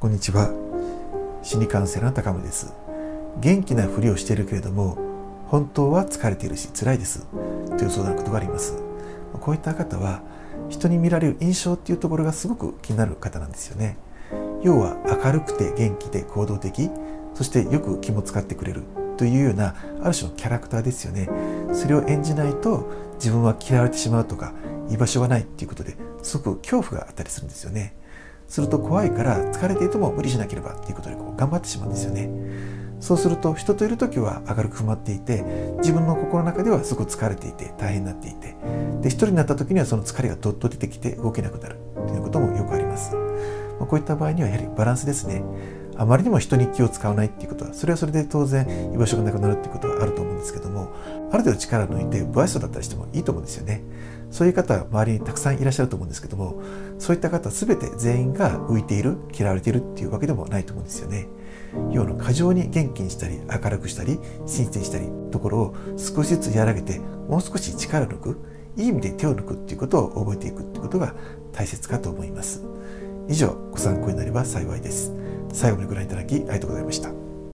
こんにちは。心理カウンセラーの高村です。元気なふりをしているけれども、本当は疲れているし辛いですという相談のことがあります。こういった方は、人に見られる印象っていうところがすごく気になる方なんですよね。要は明るくて元気で行動的、そしてよく気も使ってくれるというようなある種のキャラクターですよね。それを演じないと自分は嫌われてしまうとか居場所がないっていうことですごく恐怖があったりするんですよね。すると怖いから疲れていても無理しなければっていうことで頑張ってしまうんですよね。そうすると人といる時は明るく振る舞っていて、自分の心の中ではすごく疲れていて大変になっていて、で一人になった時にはその疲れがどっと出てきて動けなくなるということもよくあります。こういった場合にはやはりバランスですね。あまりにも人に気を使わないっていうことは、それはそれで当然居場所がなくなるっていうことはあると思うんですけども、ある程度力を抜いて不愛想だったりしてもいいと思うんですよね。そういう方は周りにたくさんいらっしゃると思うんですけども、そういった方全て全員が浮いている、嫌われているっていうわけでもないと思うんですよね。要は過剰に元気にしたり明るくしたり親切にしたりところを少しずつ和らげて、もう少し力を抜く、いい意味で手を抜くっていうことを覚えていくっていうことが大切かと思います。以上、ご参考になれば幸いです。最後までご覧いただきありがとうございました。